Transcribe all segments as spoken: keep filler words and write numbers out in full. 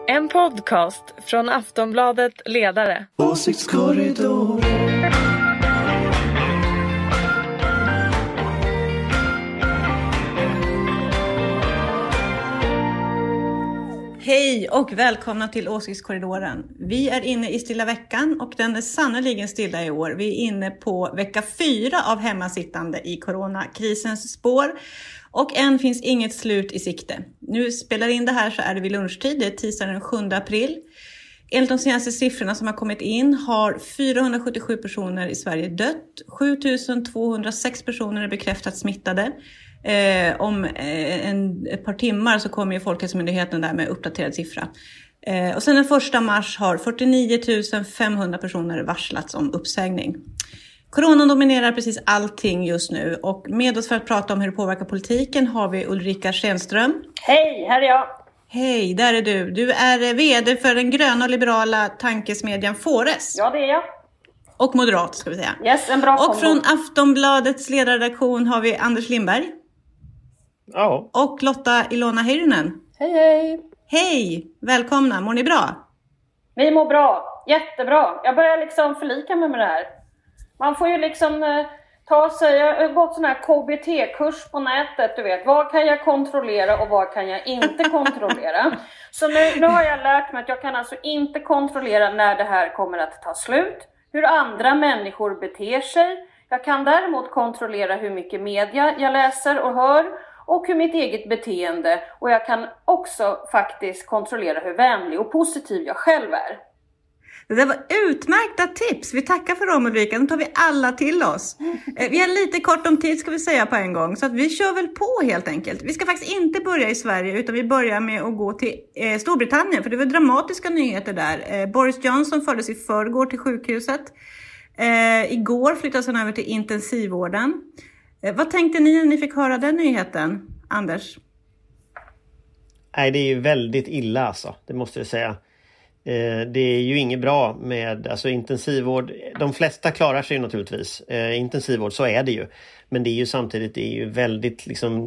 En podcast från Aftonbladet Ledare. Åsiktskorridor. Hej och välkomna till Åsiktskorridoren. Vi är inne i stilla veckan och den är sannoliken stilla i år. Vi är inne på vecka fyra av hemmasittande i coronakrisens spår. Och än finns inget slut i sikte. Nu spelar in det här så är det vid lunchtid, det är tisdagen den sjunde april. Enligt de senaste siffrorna som har kommit in har fyrahundrasjuttiosju personer i Sverige dött. sjutusentvåhundrasex personer är bekräftat smittade. Eh, om eh, en, ett par timmar så kommer ju Folkhälsomyndigheten där med uppdaterad siffra. Eh, och sen den första mars har fyrtionio tusen femhundra personer varslats om uppsägning. Coronan dominerar precis allting just nu och med oss för att prata om hur det påverkar politiken har vi Ulrika Schenström. Hej, här är jag. Hej, där är du. Du är vd för den gröna och liberala tankesmedjan Fores. Ja, det är jag. Och moderat ska vi säga. Yes, en bra Och kombo. från Aftonbladets ledarredaktion har vi Anders Lindberg. Ja. Och Lotta Ilona Heyrinen. Hej hej! Hej, välkomna. Mår ni bra? Vi mår bra, jättebra. Jag börjar liksom förlika mig med det här. Man får ju liksom eh, ta sig, jag har gått sån här K B T-kurs på nätet, du vet. Vad kan jag kontrollera och vad kan jag inte kontrollera? Så nu, nu har jag lärt mig att jag kan alltså inte kontrollera när det här kommer att ta slut. Hur andra människor beter sig. Jag kan däremot kontrollera hur mycket media jag läser och hör. Och hur mitt eget beteende. Och jag kan också faktiskt kontrollera hur vänlig och positiv jag själv är. Det där var utmärkta tips. Vi tackar för dem, Ulrika. Nu tar vi alla till oss. Vi har lite kort om tid ska vi säga på en gång. Så att vi kör väl på helt enkelt. Vi ska faktiskt inte börja i Sverige utan vi börjar med att gå till eh, Storbritannien. För det var dramatiska nyheter där. Eh, Boris Johnson fördes i förrgår till sjukhuset. Eh, igår flyttades han över till intensivvården. Eh, vad tänkte ni när ni fick höra den nyheten, Anders? Nej, det är ju väldigt illa alltså, det måste jag säga. Eh, det är ju inget bra med alltså, intensivvård. De flesta klarar sig naturligtvis. Eh, intensivvård, så är det ju. Men det är ju samtidigt det är ju väldigt, liksom,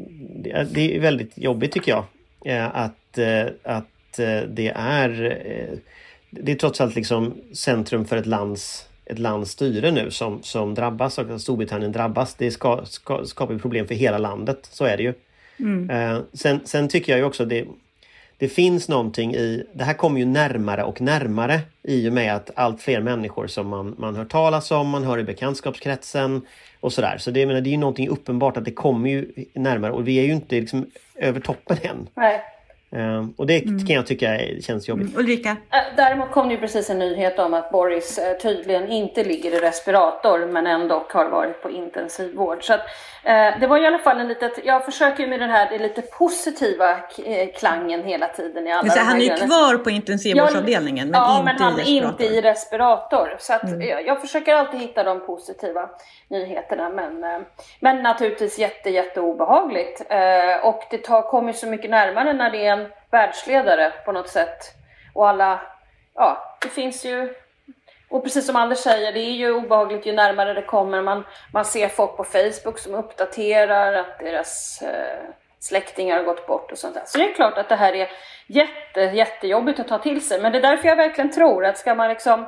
det är väldigt jobbigt tycker jag. Eh, att eh, att eh, det är eh, det är trots allt liksom centrum för ett lands ett lands styre nu som, som drabbas och att Storbritannien drabbas. Det ska, ska, skapar problem för hela landet. Så är det ju. Mm. Eh, sen, sen tycker jag ju också det, det finns någonting i, det här kommer ju närmare och närmare i och med att allt fler människor som man, man hör talas om, man hör i bekantskapskretsen och sådär. Så det, menar, det är ju någonting uppenbart att det kommer ju närmare och vi är ju inte liksom över toppen än. Nej. Uh, och det mm. kan jag tycka känns jobbigt. Mm. Ulrika? Däremot kom det ju precis en nyhet om att Boris eh, tydligen inte ligger i respirator men ändå har varit på intensivvård. Så att, eh, det var i alla fall en litet, jag försöker med den här det lite positiva k- eh, klangen hela tiden i alla så de han är ju grejerna. kvar på intensivvårdsavdelningen men ja, inte men han i är respirator. inte i respirator. Så att, Mm. jag, jag försöker alltid hitta de positiva nyheterna men, eh, men naturligtvis jätte, jätte obehagligt. Eh, och det tar, kommer så mycket närmare när det är en världsledare på något sätt. Och alla, ja, det finns ju, och precis som Anders säger, det är ju obehagligt ju närmare det kommer. Man, man ser folk på Facebook som uppdaterar att deras eh, släktingar har gått bort och sånt där. Så det är klart att det här är jätte, jättejobbigt att ta till sig. Men det är därför jag verkligen tror att ska man liksom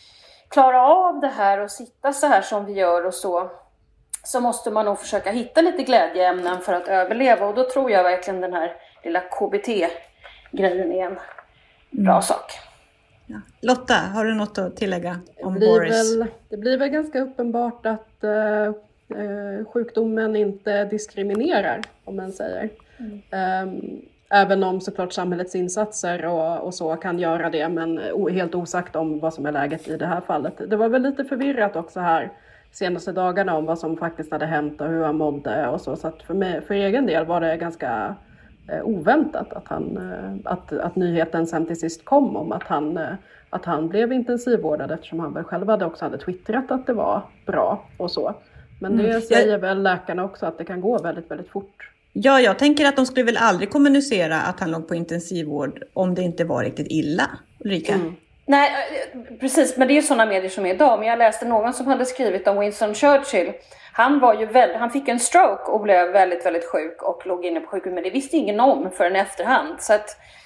klara av det här och sitta så här som vi gör och så, så måste man nog försöka hitta lite glädjeämnen för att överleva. Och då tror jag verkligen den här lilla K B T-grejen är en bra mm. sak. Ja. Lotta, har du något att tillägga om det blir Boris? Väl, det blir väl ganska uppenbart att eh, eh, sjukdomen inte diskriminerar, om man säger. Mm. Um, även om såklart samhällets insatser och, och så kan göra det, men o, helt osagt om vad som är läget i det här fallet. Det var väl lite förvirrat också här senaste dagarna om vad som faktiskt hade hänt och hur han mådde och så. Så att för, mig, för egen del var det ganska eh, oväntat att, han, eh, att, att nyheten sen till sist kom om att han, eh, att han blev intensivvårdad, eftersom han väl själv hade också hade twittrat att det var bra och så. Men det mm. säger väl läkarna också att det kan gå väldigt, väldigt fort. Ja, jag tänker att de skulle väl aldrig kommunicera att han låg på intensivvård om det inte var riktigt illa, Ulrika. Mm. Nej, precis, men det är ju sådana medier som är idag. Men jag läste någon som hade skrivit om Winston Churchill. Han, var ju väldigt, han fick en stroke och blev väldigt, väldigt sjuk och låg inne på sjukhus. Men det visste ingen om förrän efterhand. Så att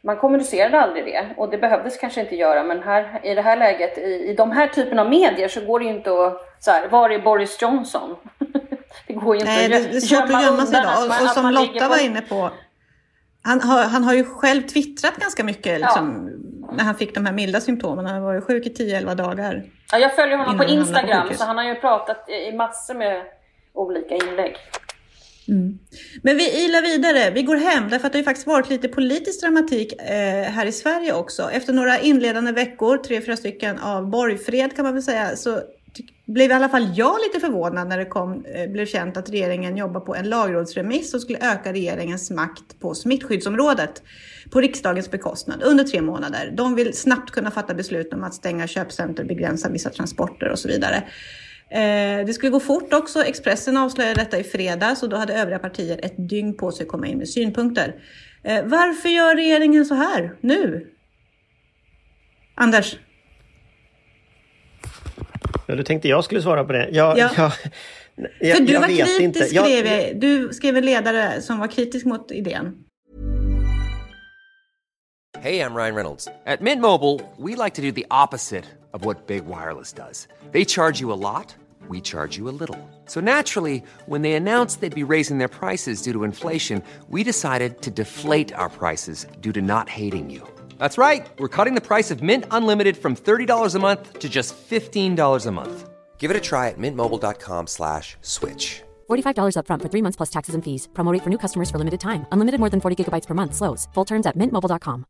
man kommunicerade aldrig det. Och det behövdes kanske inte göra. Men här, i det här läget, i, i de här typen av medier så går det ju inte att, så här, var är Boris Johnson? Det går ju inte. Nej, det är svårt att gömma sig då. Och, man, och som Lotta var inne på, han har, han har ju själv twittrat ganska mycket liksom, ja. när han fick de här milda symptomen. Han var ju sjuk i tio elva dagar. Ja, jag följer honom på Instagram, på så han har ju pratat i massor med olika inlägg. Mm. Men vi ilar vidare, vi går hem därför att det har ju faktiskt varit lite politisk dramatik eh, här i Sverige också. Efter några inledande veckor, tre, fyra stycken av borgfred kan man väl säga, så blev i alla fall jag lite förvånad när det kom, eh, blev känt att regeringen jobbar på en lagrådsremiss som skulle öka regeringens makt på smittskyddsområdet på riksdagens bekostnad under tre månader. De vill snabbt kunna fatta beslut om att stänga köpcenter, begränsa vissa transporter och så vidare. Eh, det skulle gå fort också. Expressen avslöjade detta i fredags och då hade övriga partier ett dygn på sig att komma in med synpunkter. Eh, varför gör regeringen så här nu? Anders? Ja, du tänkte jag skulle svara på det. Jag, ja. jag, jag, För du jag var vet kritisk, inte. skrev jag, jag. Du skrev en ledare som var kritisk mot idén. Hey, I'm Ryan Reynolds. At Mint Mobile, we like to do the opposite of what Big Wireless does. They charge you a lot, we charge you a little. So naturally, when they announced they'd be raising their prices due to inflation, we decided to deflate our prices due to not hating you. That's right. We're cutting the price of Mint Unlimited from thirty dollars a month to just fifteen dollars a month. Give it a try at mintmobile.com slash switch. forty-five dollars up front for three months plus taxes and fees. Promo rate for new customers for limited time. Unlimited more than forty gigabytes per month. Slows full terms at mint mobile dot com.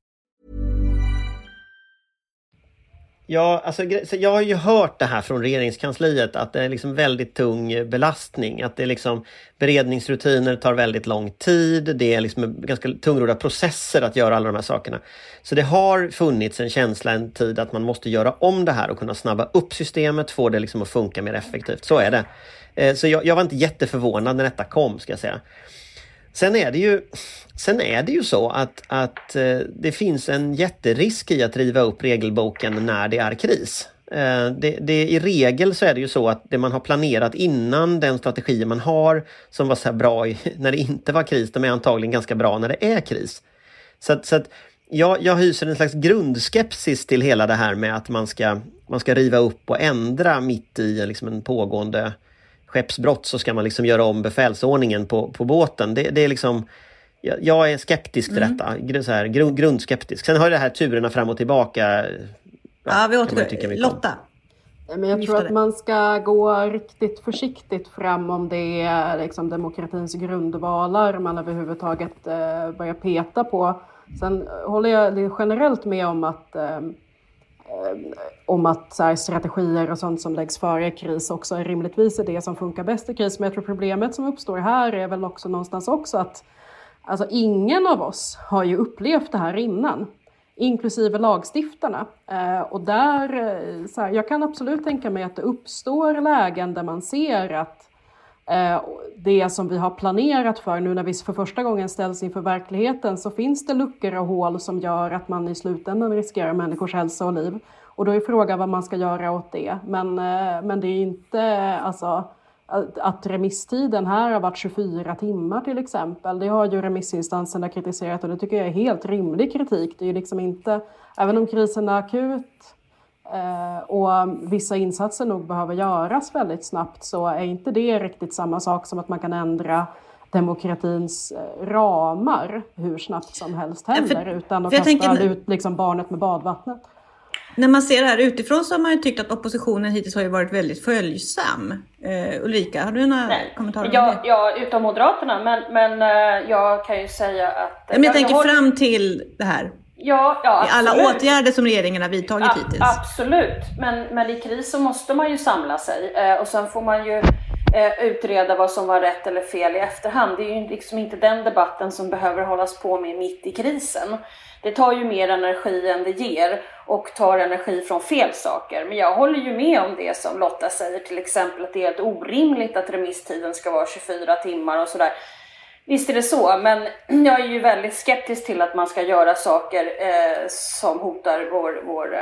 Ja, alltså, så jag har ju hört det här från regeringskansliet att det är liksom väldigt tung belastning. Att det är liksom beredningsrutiner tar väldigt lång tid. Det är liksom ganska tungrodda processer att göra alla de här sakerna. Så det har funnits en känsla en tid att man måste göra om det här och kunna snabba upp systemet, få det liksom att funka mer effektivt. Så är det. Så jag, jag var inte jätteförvånad när detta kom, ska jag säga. Sen är det ju, sen är det ju så att, att eh, det finns en jätterisk i att riva upp regelboken när det är kris. Eh, det, det, I regel så är det ju så att det man har planerat innan den strategi man har som var så här bra i, när det inte var kris, de är antagligen ganska bra när det är kris. Så att, så att jag, jag hyser en slags grundskepsis till hela det här med att man ska, man ska riva upp och ändra mitt i liksom en pågående skeppsbrott, så ska man liksom göra om befälsordningen på, på båten. Det, det är liksom, jag, jag är skeptisk till mm. detta. Så här, grund, grundskeptisk. Sen har det här turerna fram och tillbaka. Ja, ja vi återgår. Lotta. Men jag tror att man ska gå riktigt försiktigt fram om det är liksom demokratins grundvalar man överhuvudtaget eh, börjar peta på. Sen håller jag generellt med om att eh, om att så här, strategier och sånt som läggs före kris också är rimligtvis är det som funkar bäst i kris. Men jag tror problemet som uppstår här är väl också någonstans också att alltså, ingen av oss har ju upplevt det här innan, inklusive lagstiftarna. Eh, och där, så här, jag kan absolut tänka mig att det uppstår lägen där man ser att eh, det som vi har planerat för nu när vi för första gången ställs inför verkligheten, så finns det luckor och hål som gör att man i slutändan riskerar människors hälsa och liv. Och då är frågan vad man ska göra åt det. Men, men det är inte, alltså, att, att remisstiden här har varit tjugofyra timmar till exempel. Det har ju remissinstanserna kritiserat och det tycker jag är helt rimlig kritik. Det är ju liksom inte, även om krisen är akut eh, och vissa insatser nog behöver göras väldigt snabbt, så är inte det riktigt samma sak som att man kan ändra demokratins ramar hur snabbt som helst heller, för, utan att kasta tänker, ut liksom barnet med badvattnet. När man ser det här utifrån så har man ju tyckt att oppositionen hittills har ju varit väldigt följsam. Uh, Ulrika, har du några Nej. kommentarer ja, om det? Ja, utom Moderaterna, men, men uh, jag kan ju säga att... Men jag, jag tänker jag håller... fram till det här. Ja, ja, i alla åtgärder som regeringen har vidtagit A- hittills. Absolut, men, men i kris så måste man ju samla sig. Uh, och sen får man ju uh, utreda vad som var rätt eller fel i efterhand. Det är ju liksom inte den debatten som behöver hållas på med mitt i krisen. Det tar ju mer energi än det ger och tar energi från fel saker. Men jag håller ju med om det som Lotta säger, till exempel att det är helt orimligt att remisstiden ska vara tjugofyra timmar och sådär. Visst är det så, men jag är ju väldigt skeptisk till att man ska göra saker eh, som hotar vår, vår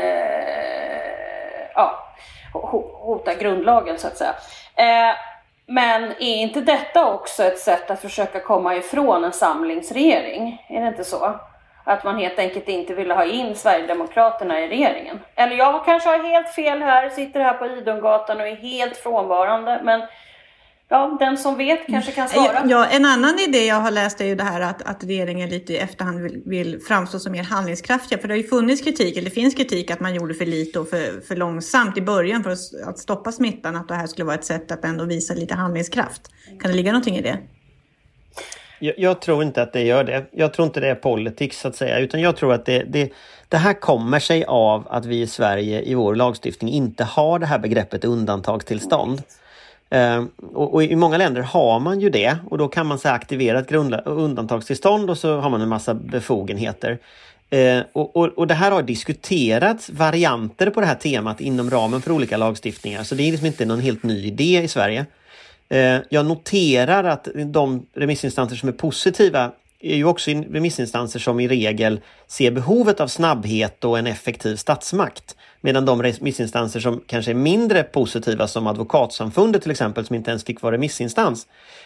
eh, ja, hotar grundlagen så att säga. Eh, Men är inte detta också ett sätt att försöka komma ifrån en samlingsregering? Är det inte så? Att man helt enkelt inte ville ha in Sverigedemokraterna i regeringen. Eller jag kanske har helt fel här, sitter här på Idongatan och är helt frånvarande. Men ja, den som vet kanske kan svara. Ja, en annan idé jag har läst är ju det här att, att regeringen lite i efterhand vill, vill framstå som mer handlingskraftiga. För det har ju funnits kritik, eller det finns kritik att man gjorde för lite och för, för långsamt i början för att, att stoppa smittan. Att det här skulle vara ett sätt att ändå visa lite handlingskraft. Kan det ligga någonting i det? Jag, jag tror inte att det gör det. Jag tror inte det är politics så att säga. Utan jag tror att det, det, det här kommer sig av att vi i Sverige i vår lagstiftning inte har det här begreppet undantagstillstånd. Uh, och, och i många länder har man ju det. Och då kan man så aktivera ett grundla- undantagstillstånd och så har man en massa befogenheter. Uh, och, och, och det här har diskuterats varianter på det här temat inom ramen för olika lagstiftningar. Så det är liksom inte någon helt ny idé i Sverige. Jag noterar att de remissinstanser som är positiva är ju också remissinstanser som i regel ser behovet av snabbhet och en effektiv statsmakt. Medan de remissinstanser som kanske är mindre positiva, som Advokatsamfundet till exempel, som inte ens fick vara remissinstans,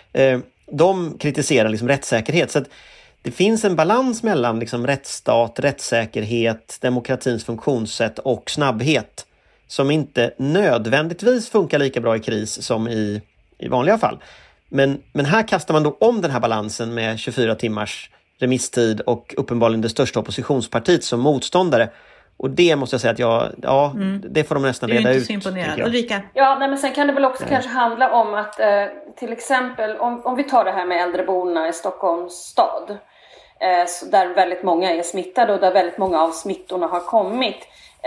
de kritiserar liksom rättssäkerhet. Så att det finns en balans mellan liksom rättsstat, rättssäkerhet, demokratins funktionssätt och snabbhet som inte nödvändigtvis funkar lika bra i kris som i i vanliga fall. Men, men här kastar man då om den här balansen med tjugofyra timmars remisstid och uppenbarligen det största oppositionspartiet som motståndare. Och det måste jag säga att jag, ja, mm. det får de nästan reda ut. Du är inte så imponerad. Ulrika? Ja, nej, men sen kan det väl också nej. kanske handla om att eh, till exempel om, om vi tar det här med äldreboendena i Stockholms stad. Eh, så där väldigt många är smittade och där väldigt många av smittorna har kommit.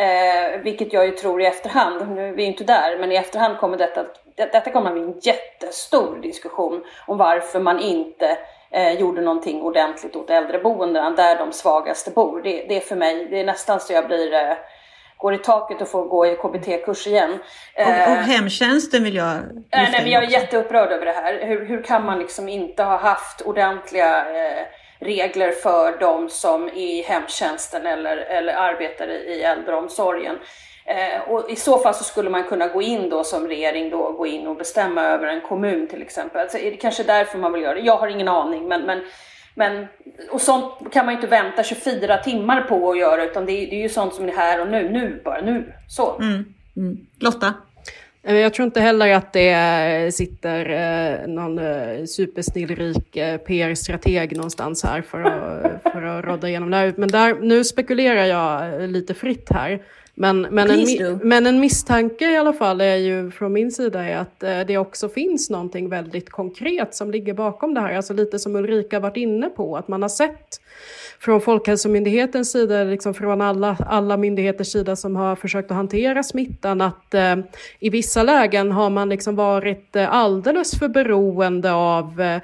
Eh, vilket jag ju tror i efterhand, nu är vi inte där, men i efterhand kommer detta, detta kommer att bli en jättestor diskussion om varför man inte eh, gjorde någonting ordentligt åt äldreboendena där de svagaste bor. Det, det är för mig, det är nästan så jag blir, eh, går i taket och får gå i K B T-kurs igen. Eh, och, och hemtjänsten vill jag... Eh, nej, men jag är jätteupprörd över det här. Hur, hur kan man liksom inte ha haft ordentliga... Eh, regler för de som är i hemtjänsten eller, eller arbetar i äldreomsorgen. Eh, och i så fall så skulle man kunna gå in då som regering då, gå in och bestämma över en kommun till exempel. Så är det kanske därför man vill göra det. Jag har ingen aning, men, men, men och sånt kan man ju inte vänta tjugofyra timmar på att göra, utan det är, det är ju sånt som är här och nu, nu, bara nu, så. Mm. Mm. Lotta? Jag tror inte heller att det sitter eh, någon eh, supersnillrik eh, P R-strateg någonstans här för att, för att råda igenom det här. Men där, nu spekulerar jag lite fritt här. Men, men, en, men en misstanke i alla fall är ju från min sida är att eh, det också finns någonting väldigt konkret som ligger bakom det här. Alltså lite som Ulrika varit inne på, att man har sett från Folkhälsomyndighetens sida, liksom från alla, alla myndigheters sida som har försökt att hantera smittan, att eh, i vissa lägen har man liksom varit eh, alldeles för beroende av eh,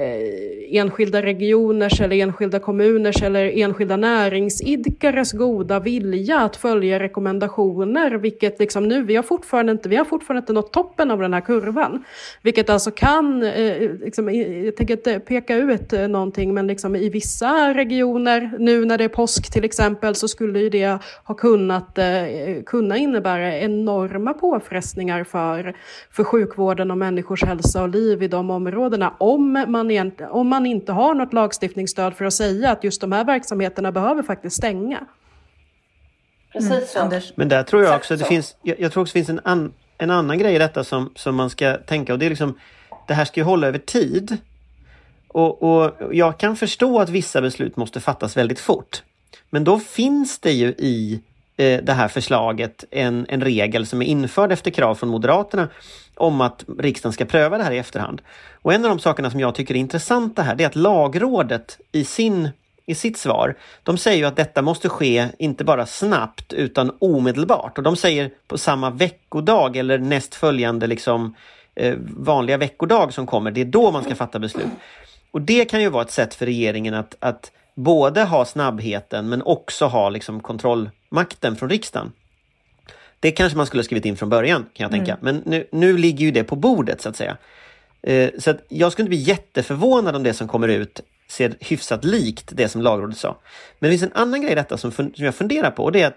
enskilda regioners eller enskilda kommuners eller enskilda näringsidkares goda vilja att följa rekommendationer, vilket liksom nu, vi har fortfarande inte, vi har fortfarande inte nått toppen av den här kurvan, vilket alltså kan, eh, liksom, jag tänker inte peka ut eh, någonting, men liksom i vissa regioner, nu när det är påsk till exempel, så skulle ju det ha kunnat eh, kunna innebära enorma påfrestningar för, för sjukvården och människors hälsa och liv i de områdena, om man om man inte har något lagstiftningsstöd för att säga att just de här verksamheterna behöver faktiskt stänga. Precis så. Mm. Men där tror jag också att det finns, jag, jag tror också det finns en, an, en annan grej i detta som, som man ska tänka, och det är liksom, det här ska ju hålla över tid. Och, och jag kan förstå att vissa beslut måste fattas väldigt fort. Men då finns det ju i eh, det här förslaget en, en regel som är införd efter krav från Moderaterna om att riksdagen ska pröva det här i efterhand. Och en av de sakerna som jag tycker är intressanta här, det är att Lagrådet i, sin, i sitt svar, de säger ju att detta måste ske inte bara snabbt utan omedelbart. Och de säger på samma veckodag eller nästföljande liksom, eh, vanliga veckodag som kommer, det är då man ska fatta beslut. Och det kan ju vara ett sätt för regeringen att, att både ha snabbheten men också ha liksom, kontrollmakten från riksdagen. Det kanske man skulle ha skrivit in från början, kan jag tänka. Mm. Men nu, nu ligger ju det på bordet, så att säga. Eh, så att jag skulle inte bli jätteförvånad om det som kommer ut ser hyfsat likt det som Lagrådet sa. Men det finns en annan grej i detta som, fun- som jag funderar på. Och det är att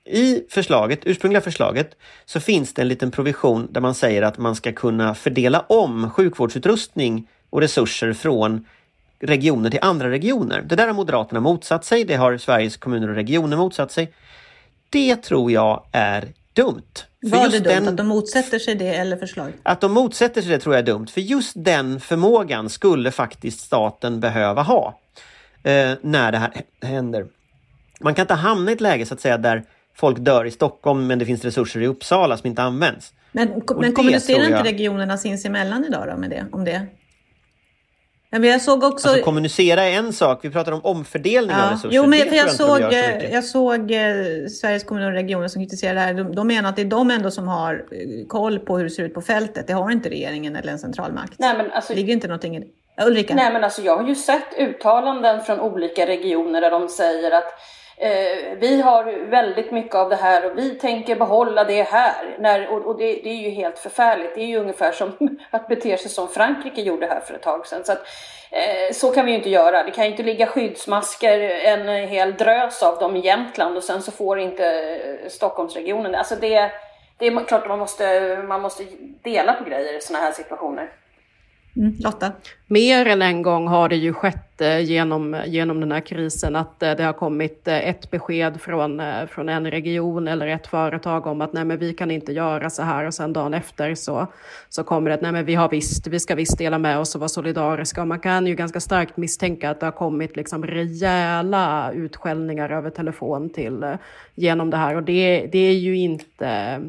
i förslaget, ursprungliga förslaget, så finns det en liten provision där man säger att man ska kunna fördela om sjukvårdsutrustning och resurser från regioner till andra regioner. Det där har Moderaterna motsatt sig, det har Sveriges kommuner och regioner motsatt sig. Det tror jag är dumt. Var det dumt den, att de motsätter sig det eller förslaget? Att de motsätter sig det tror jag är dumt. För just den förmågan skulle faktiskt staten behöva ha eh, när det här händer. Man kan inte hamna i ett läge så att säga där folk dör i Stockholm men det finns resurser i Uppsala som inte används. Men, men kommunicerar inte regionerna sinsemellan idag då med det, om det? Ja, men jag såg också... Alltså kommunicera är en sak. Vi pratar om omfördelning ja. av resurser. Jo, men det för jag, såg, jag, jag såg eh, Sveriges kommuner och regioner som kritiserar det här. De, de menar att det är de ändå som har eh, koll på hur det ser ut på fältet. Det har inte regeringen eller en centralmakt. Nej, men alltså, ligger inte någonting i det? Ja, Ulrika? Nej, men alltså jag har ju sett uttalanden från olika regioner där de säger att Eh, vi har väldigt mycket av det här och vi tänker behålla det här. När, och och det, det är ju helt förfärligt. Det är ju ungefär som att bete sig som Frankrike gjorde här för ett tag sedan. Så, att, eh, så kan vi ju inte göra. Det kan ju inte ligga skyddsmasker, en hel drös av dem i Jämtland och sen så får inte Stockholmsregionen. Alltså det, det är klart att man måste, man måste dela på grejer i såna här situationer. Mm, Lotta? Mer än en gång har det ju skett eh, genom, genom den här krisen att eh, det har kommit eh, ett besked från, eh, från en region eller ett företag om att nej, men vi kan inte göra så här, och sen dagen efter så, så kommer det att nej, men vi har visst, vi ska visst dela med oss och vara solidariska, och man kan ju ganska starkt misstänka att det har kommit liksom rejäla utskällningar över telefon till eh, genom det här, och det, det är ju inte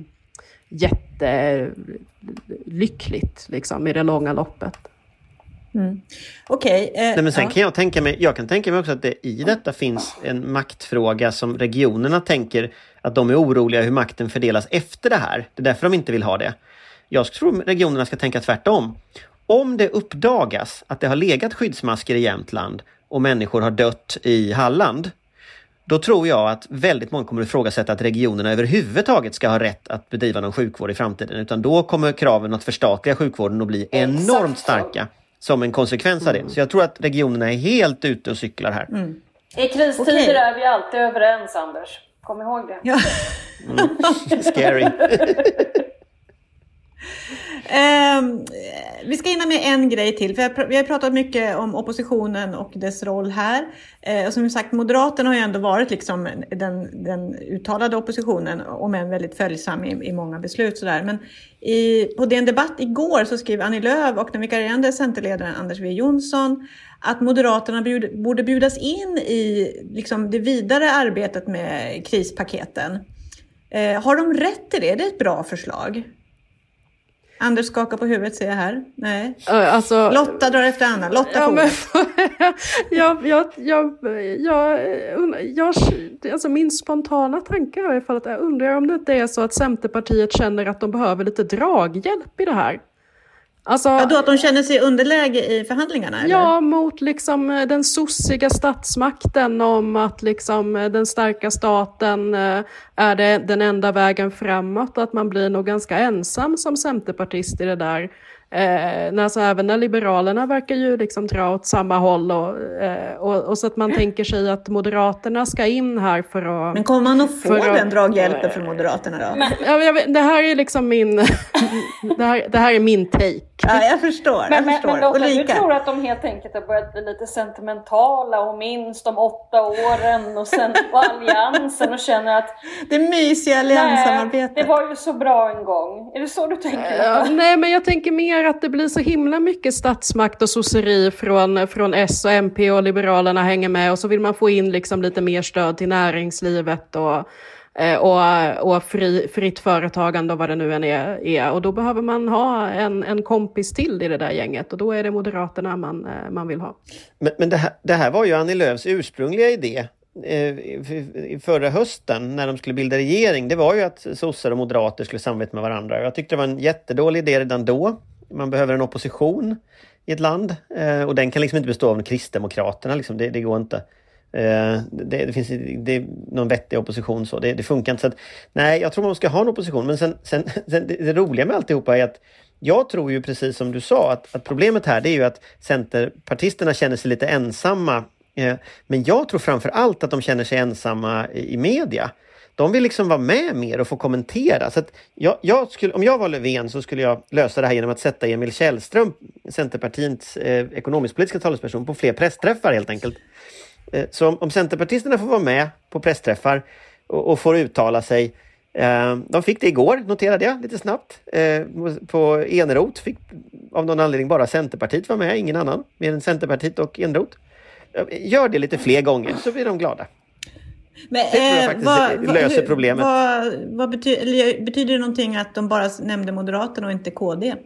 jättelyckligt liksom i det långa loppet. Mm. Okej. Okay, eh, men sen ja. kan jag tänka mig, jag kan tänka mig också att det i detta finns en maktfråga som regionerna tänker att de är oroliga hur makten fördelas efter det här. Det är därför de inte vill ha det. Jag tror regionerna ska tänka tvärtom. Om det uppdagas att det har legat skyddsmasker i Jämtland och människor har dött i Halland, då tror jag att väldigt många kommer att ifrågasätta att regionerna överhuvudtaget ska ha rätt att bedriva någon sjukvård i framtiden. Utan då kommer kraven att förstatliga sjukvården att bli enormt starka som en konsekvens av det. Så jag tror att regionerna är helt ute och cyklar här. Mm. I kristider okay. är vi alltid överens, Anders. Kom ihåg det. Ja. Mm. Scary. Um, vi ska hinna med en grej till, för jag, vi har pratat mycket om oppositionen och dess roll här. Uh, och som sagt, Moderaterna har ju ändå varit liksom den, den uttalade oppositionen, om än väldigt följsam i, i många beslut. Sådär. Men i, på den debatt igår så skrev Annie Lööf och den vikarierande centerledaren Anders W. Jonsson att Moderaterna bjud, borde bjudas in i liksom, det vidare arbetet med krispaketen. Uh, har de rätt till det? Det är ett bra förslag. Anders skakar på huvudet, ser jag här. Nej. Alltså, Lotta drar efter Anna. Lotta ja, men, jag, jag, jag, jag, jag, alltså min spontana tanke är i fall att jag undrar om det inte är så att Centerpartiet känner att de behöver lite draghjälp i det här. Alltså, ja, då att de känner sig underläge i förhandlingarna? Eller? Ja, mot liksom den sossiga statsmakten, om att liksom den starka staten är det den enda vägen framåt, och att man blir nog ganska ensam som centerpartist i det där. Eh, alltså även när Liberalerna verkar ju liksom dra åt samma håll, och, eh, och, och så att man tänker sig att Moderaterna ska in här för att... Men kommer man att få den att, draghjälpen från Moderaterna då? Men, ja, jag vet, det här är liksom min det, här, det här är min take. Ja, jag förstår. Men, jag men, förstår. men Lotta, du tror att de helt enkelt har börjat bli lite sentimentala och minst de åtta åren och sen på alliansen och känner att det mysiga allianssamarbetet. Nej, det var ju så bra en gång. Är det så du tänker? Ja, nej, men jag tänker mer att det blir så himla mycket statsmakt och sosseri från, från S och M P, och Liberalerna hänger med, och så vill man få in liksom lite mer stöd till näringslivet och och, och fri, fritt företagande och vad det nu än är, är. Och då behöver man ha en, en kompis till i det där gänget, och då är det Moderaterna man, man vill ha. Men, men det, här, det här var ju Annie Lööfs ursprungliga idé eh, förra hösten när de skulle bilda regering. Det var ju att sossar och moderater skulle samarbeta med varandra. Jag tyckte det var en jättedålig idé redan då. Man behöver en opposition i ett land, eh, och den kan liksom inte bestå av Kristdemokraterna. Liksom. Det, det går inte. Uh, det, det finns det är någon vettig opposition så det, det funkar inte så att, nej, jag tror man ska ha en opposition, men sen, sen, sen det, det roliga med alltihopa är att jag tror ju precis som du sa att, att problemet här det är ju att centerpartisterna känner sig lite ensamma, uh, men jag tror framför allt att de känner sig ensamma i, i media. de vill liksom vara med mer och få kommentera. Så att jag, jag skulle, om jag var Löfven så skulle jag lösa det här genom att sätta Emil Källström, Centerpartiets eh, ekonomisk-politiska talesperson, på fler pressträffar helt enkelt. Eh, så om, om centerpartisterna får vara med på pressträffar och, och får uttala sig. Eh, de fick det igår, noterade jag lite snabbt. Eh, på Eneroth fick av någon anledning bara Centerpartiet vara med, ingen annan, mer än Centerpartiet och Eneroth. Gör det lite fler gånger så blir de glada. Men, det tror jag faktiskt vad, löser hur, problemet. Vad, vad betyder, eller betyder det någonting att de bara nämnde Moderaterna och inte K D?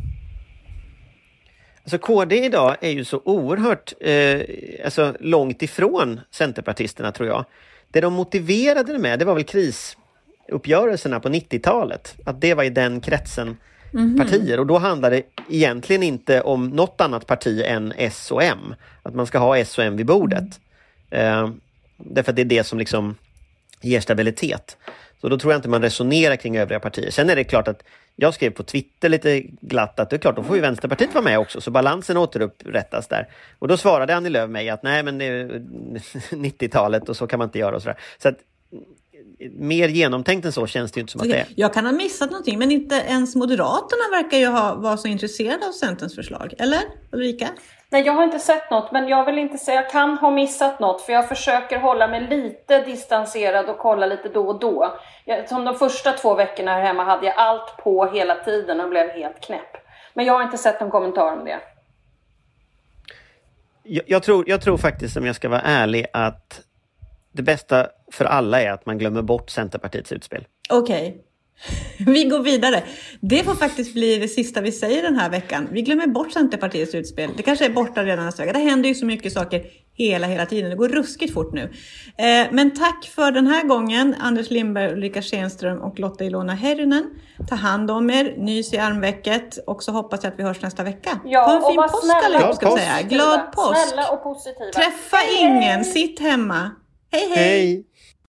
Alltså K D idag är ju så oerhört eh, alltså långt ifrån centerpartisterna, tror jag. Det de motiverade det med, det var väl krisuppgörelserna på nittiotalet. Att det var i den kretsen mm-hmm. partier. Och då handlade det egentligen inte om något annat parti än S och M. Att man ska ha S och M vid bordet. Mm. Eh, därför att det är det som liksom ger stabilitet. Så då tror jag inte man resonerar kring övriga partier. Sen är det klart att jag skrev på Twitter lite glatt att det är klart, då får ju Vänsterpartiet vara med också. Så balansen återupprättas där. Och då svarade Annie Lööf mig att nej, men det är nittiotalet och så kan man inte göra och sådär. Så att mer genomtänkt än så känns det ju inte som att det är. Jag kan ha missat någonting, men inte ens Moderaterna verkar ju ha, vara så intresserade av Centerns förslag. Eller, Ulrika? Nej, jag har inte sett något, men jag vill inte säga jag kan ha missat något, för jag försöker hålla mig lite distanserad och kolla lite då och då. Jag, som de första två veckorna här hemma hade jag allt på hela tiden och blev helt knäpp. Men jag har inte sett någon kommentar om det. Jag, jag, tror, jag tror faktiskt, om jag ska vara ärlig, att det bästa för alla är att man glömmer bort Centerpartiets utspel. Okej. Okay. Vi går vidare. Det får faktiskt bli det sista vi säger den här veckan. Vi glömmer bort Centerpartiets utspel. Det kanske är borta redan nästa vecka. Det händer ju så mycket saker hela, hela tiden. Det går ruskigt fort nu. Eh, men tack för den här gången, Anders Lindberg, Ulrika Schenström och Lotta Ilona Herrinen. Ta hand om er, nys i armvecket. Och så hoppas jag att vi hörs nästa vecka. Ja, ha en fin och påsk, eller ska vi säga. Glad påsk. Snälla och positiva. Träffa hej, ingen, hej. sitt hemma. Hej, hej. Hej.